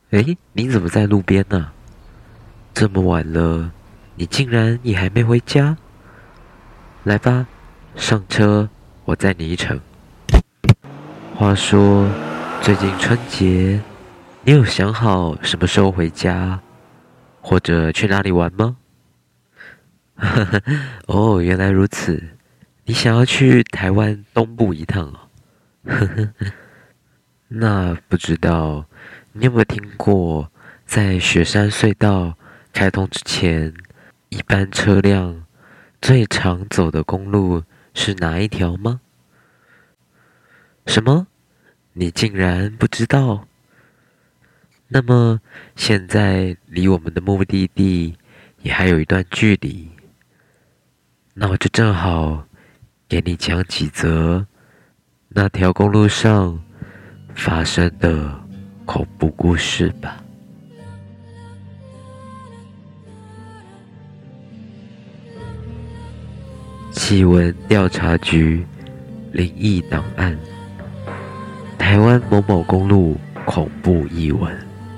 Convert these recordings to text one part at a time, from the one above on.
诶，你怎么在路边呢？这么晚了，你竟然也还没回家？来吧，上车，我载你一程。话说，最近春节，你有想好什么时候回家，或者去哪里玩吗？哦，原来如此，你想要去台湾东部一趟哦。那不知道你有没有听过，在雪山隧道开通之前，一般车辆最常走的公路是哪一条吗？什么？你竟然不知道？那么现在离我们的目的地也还有一段距离，那我就正好给你讲几则那条公路上发生的恐怖故事吧。奇闻调查局灵异档案，台湾某某公路恐怖异闻。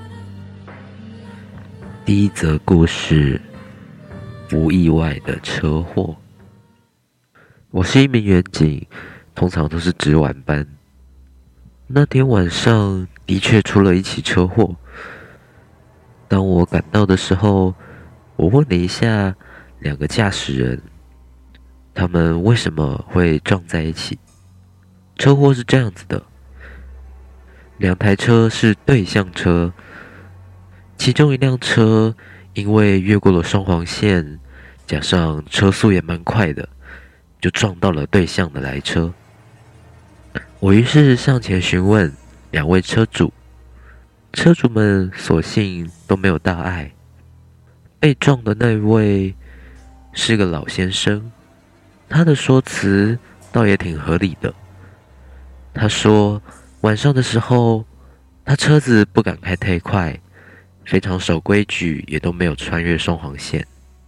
第一则故事，不意外的车祸。我是一名员警，通常都是值晚班。那天晚上的确出了一起车祸。当我赶到的时候，我问了一下两个驾驶人，他们为什么会撞在一起。车祸是这样子的，两台车是对向车，其中一辆车因为越过了双黄线，加上车速也蛮快的，就撞到了对向的来车。我于是上前询问两位车主，车主们所幸都没有大碍。被撞的那位是个老先生，他的说辞倒也挺合理的。他说晚上的时候，他车子不敢开太快，非常守规矩，也都没有穿越双黄线。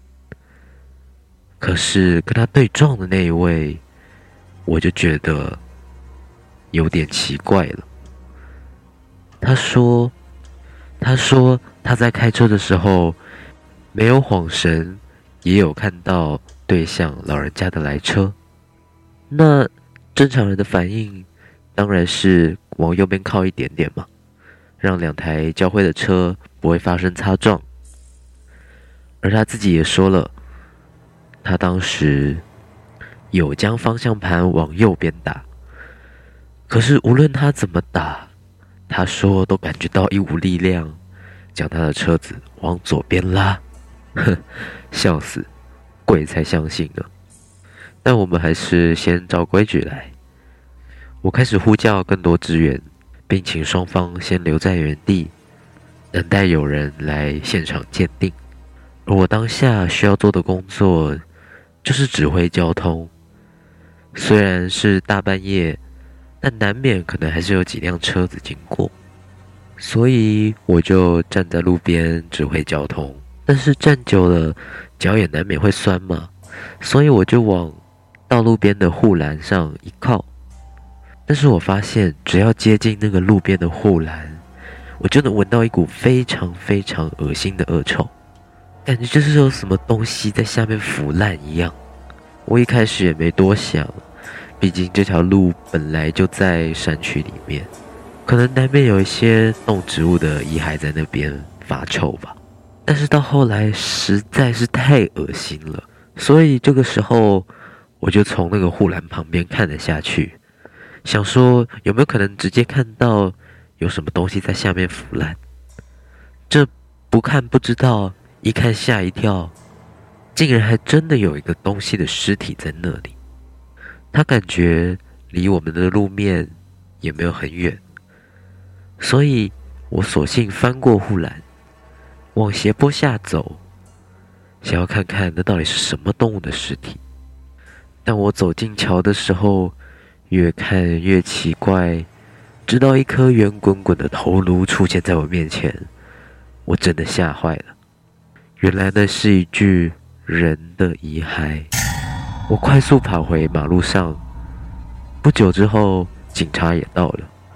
可是跟他对撞的那一位，我就觉得有点奇怪了。他说他在开车的时候没有晃神，也有看到对向老人家的来车。那正常人的反应当然是往右边靠一点点嘛，让两台交汇的车不会发生擦撞。而他自己也说了，他当时有将方向盘往右边打，可是无论他怎么打，他说都感觉到一股力量将他的车子往左边拉。哼，笑死，鬼才相信呢。但我们还是先照规矩来。我开始呼叫更多支援，并请双方先留在原地，等待有人来现场鉴定。而我当下需要做的工作就是指挥交通。虽然是大半夜，但难免可能还是有几辆车子经过，所以我就站在路边指挥交通。但是站久了，脚也难免会酸嘛，所以我就往道路边的护栏上一靠。但是我发现，只要接近那个路边的护栏，我就能闻到一股非常非常恶心的恶臭，感觉就是有什么东西在下面腐烂一样。我一开始也没多想，毕竟这条路本来就在山区里面，可能难免有一些动植物的遗骸在那边发臭吧。但是到后来实在是太恶心了，所以这个时候我就从那个护栏旁边看了下去，想说有没有可能直接看到有什么东西在下面腐烂。这不看不知道，一看吓一跳，竟然还真的有一个东西的尸体在那里。他感觉离我们的路面也没有很远，所以我索性翻过护栏，往斜坡下走，想要看看那到底是什么动物的尸体。但我走进桥的时候，越看越奇怪，直到一颗圆滚滚的头颅出现在我面前，我真的吓坏了。原来那是一具人的遗骸。我快速跑回马路上，不久之后警察也到了。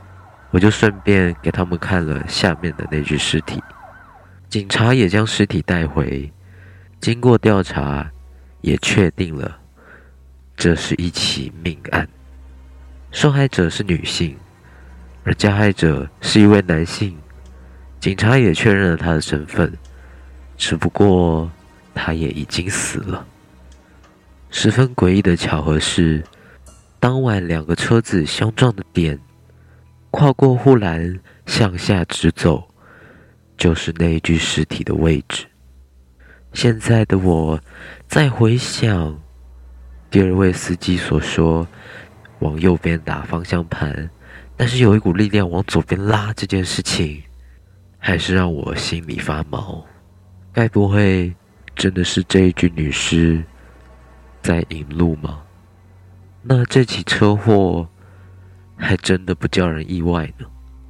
我就顺便给他们看了下面的那具尸体。警察也将尸体带回，经过调查，也确定了这是一起命案。受害者是女性，而加害者是一位男性。警察也确认了他的身份，只不过他也已经死了。十分诡异的巧合是，当晚2个车子相撞的点，跨过护栏向下直走，就是那一具尸体的位置。现在的我再回想第2位司机所说往右边打方向盘，但是有一股力量往左边拉这件事情，还是让我心里发毛。该不会真的是这一具女尸在引路吗？那这起车祸还真的不叫人意外呢。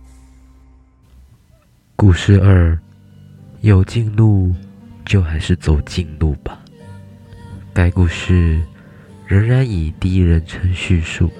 故事2，有近路就还是走近路吧。该故事仍然以第一人称叙述。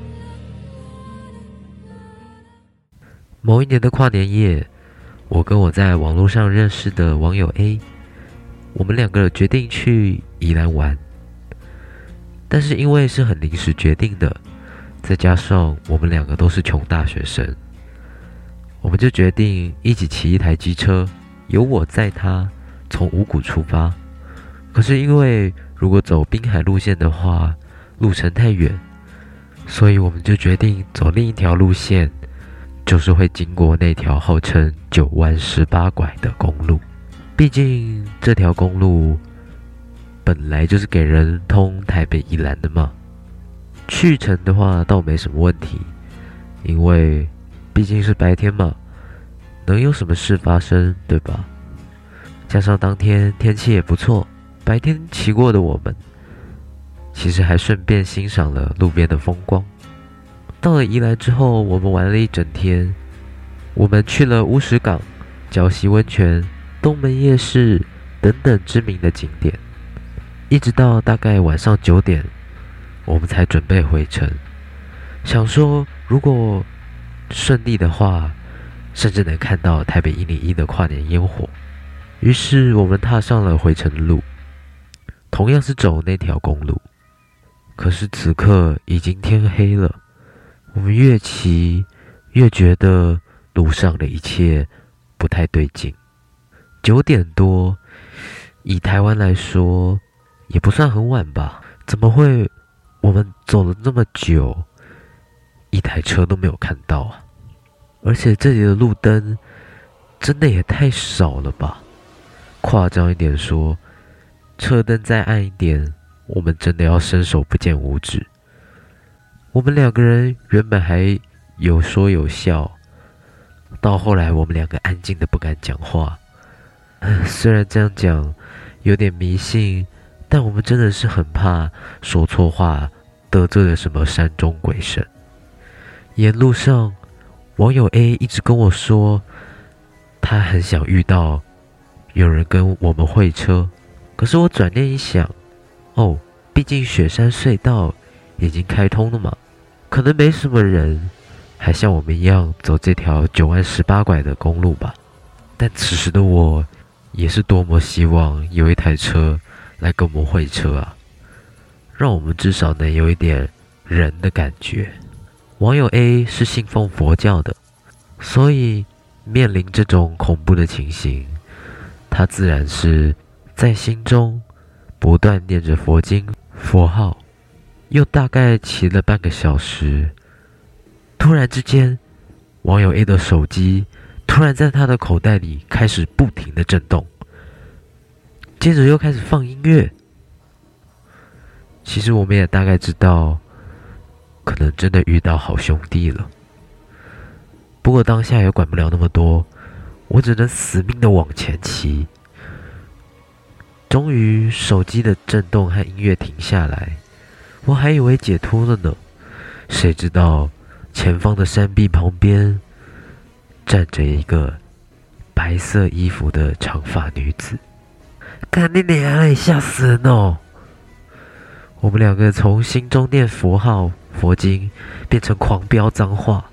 某一年的跨年夜，我跟我在网络上认识的网友 A， 我们2个决定去宜兰玩。但是因为是很临时决定的，再加上我们2个都是穷大学生，我们就决定一起骑一台机车，由我载他从五股出发。可是因为如果走滨海路线的话，路程太远，所以我们就决定走另一条路线，就是会经过那条号称9弯18拐的公路。毕竟这条公路本来就是给人通台北宜兰的嘛。去程的话倒没什么问题，因为毕竟是白天嘛，能有什么事发生，对吧？加上当天天气也不错，白天骑过的我们其实还顺便欣赏了路边的风光。到了宜兰之后，我们玩了一整天。我们去了乌石港、礁溪温泉、东门夜市等等知名的景点，一直到大概晚上9点，我们才准备回程。想说如果顺利的话，甚至能看到台北101的跨年烟火。于是我们踏上了回程的路，同样是走那条公路。可是此刻已经天黑了，我们越骑越觉得路上的一切不太对劲。9点多，以台湾来说也不算很晚吧，怎么会我们走了那么久，一台车都没有看到啊？而且这里的路灯真的也太少了吧，夸张一点说，车灯再暗一点，我们真的要伸手不见五指。我们2个人原本还有说有笑，到后来我们2个安静的不敢讲话。虽然这样讲有点迷信，但我们真的是很怕说错话得罪了什么山中鬼神。沿路上，网友 A 一直跟我说，他很想遇到有人跟我们会车。可是我转念一想，毕竟雪山隧道已经开通了嘛，可能没什么人还像我们一样走这条9弯18拐的公路吧。但此时的我也是多么希望有一台车来跟我们会车啊，让我们至少能有一点人的感觉。网友 A 是信奉佛教的，所以面临这种恐怖的情形，他自然是在心中不断念着佛经佛号。又大概骑了半个小时，突然之间，网友 A 的手机突然在他的口袋里开始不停的震动，接着又开始放音乐。其实我们也大概知道，可能真的遇到好兄弟了。不过当下也管不了那么多，我只能死命的往前骑。终于手机的震动和音乐停下来，我还以为解脱了呢，谁知道前方的山壁旁边站着一个白色衣服的长发女子。干你娘，吓死人哦！我们2个从心中念佛号佛经变成狂飙脏话，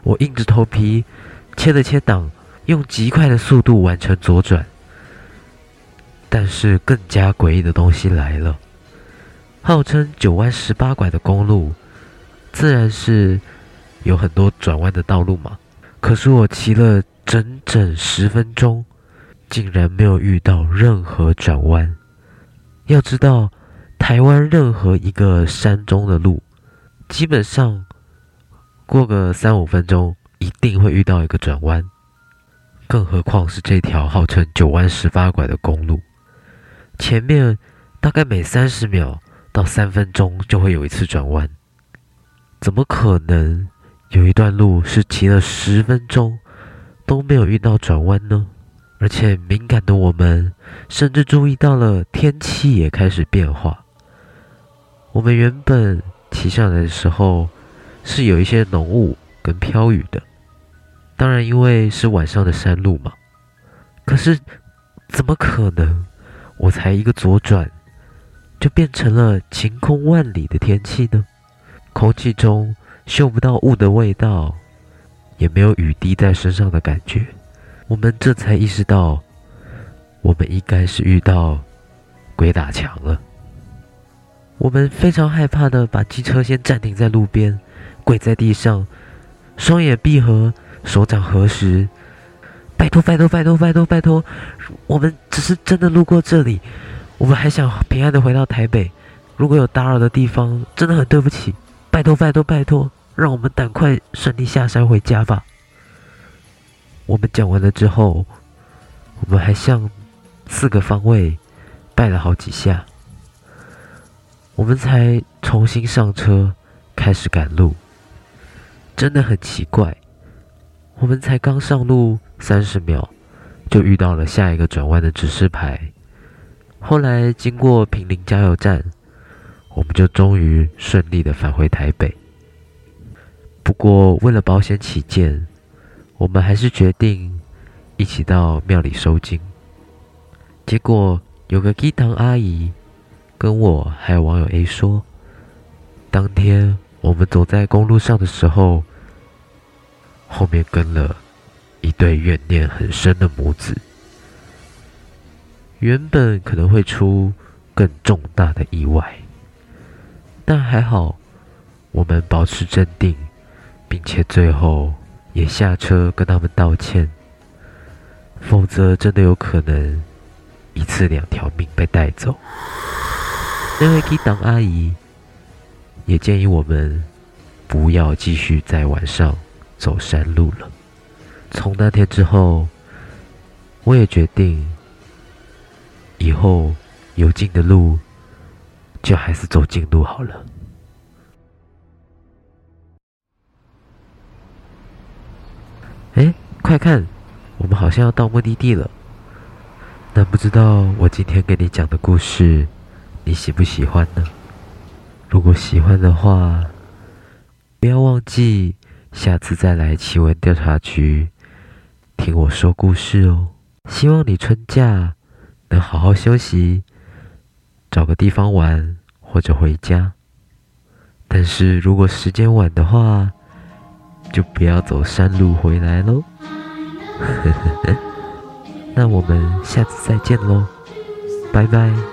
我硬着头皮切了切档，用极快的速度完成左转。但是更加诡异的东西来了，号称9弯18拐的公路，自然是有很多转弯的道路嘛。可是我骑了整整10分钟，竟然没有遇到任何转弯。要知道，台湾任何一个山中的路，基本上过个3-5分钟，一定会遇到一个转弯。更何况是这条号称9弯18拐的公路，前面大概每30秒到3分钟就会有一次转弯。怎么可能有一段路是骑了10分钟都没有遇到转弯呢？而且敏感的我们甚至注意到了天气也开始变化。我们原本骑上来的时候是有一些浓雾跟飘雨的，当然因为是晚上的山路嘛。可是怎么可能我才一个左转就变成了晴空万里的天气呢？空气中嗅不到雾的味道，也没有雨滴在身上的感觉。我们这才意识到，我们应该是遇到鬼打墙了。我们非常害怕的把机车先暂停在路边，跪在地上，双眼闭合，手掌合十，拜托拜托拜托拜托拜托，我们只是真的路过这里，我们还想平安的回到台北，如果有打扰的地方，真的很对不起，拜托拜托拜托，让我们赶快顺利下山回家吧。我们讲完了之后，我们还向4个方位拜了好几下，我们才重新上车开始赶路。真的很奇怪，我们才刚上路30秒就遇到了下一个转弯的指示牌。后来经过坪林加油站，我们就终于顺利的返回台北。不过为了保险起见，我们还是决定一起到庙里收金。结果有个鸡堂阿姨跟我还有网友 A 说，当天我们走在公路上的时候，后面跟了一对怨念很深的母子。原本可能会出更重大的意外，但还好我们保持镇定，并且最后也下车跟他们道歉，否则真的有可能一次2条命被带走。那位基党阿姨也建议我们不要继续在晚上走山路了。从那天之后，我也决定以后有近的路就还是走近路好了。快看，我们好像要到目的地了。那不知道我今天给你讲的故事你喜不喜欢呢？如果喜欢的话，不要忘记下次再来奇闻调查局听我说故事哦。希望你春假能好好休息，找个地方玩或者回家。但是如果时间晚的话，就不要走山路回来咯。那我们下次再见咯，拜拜。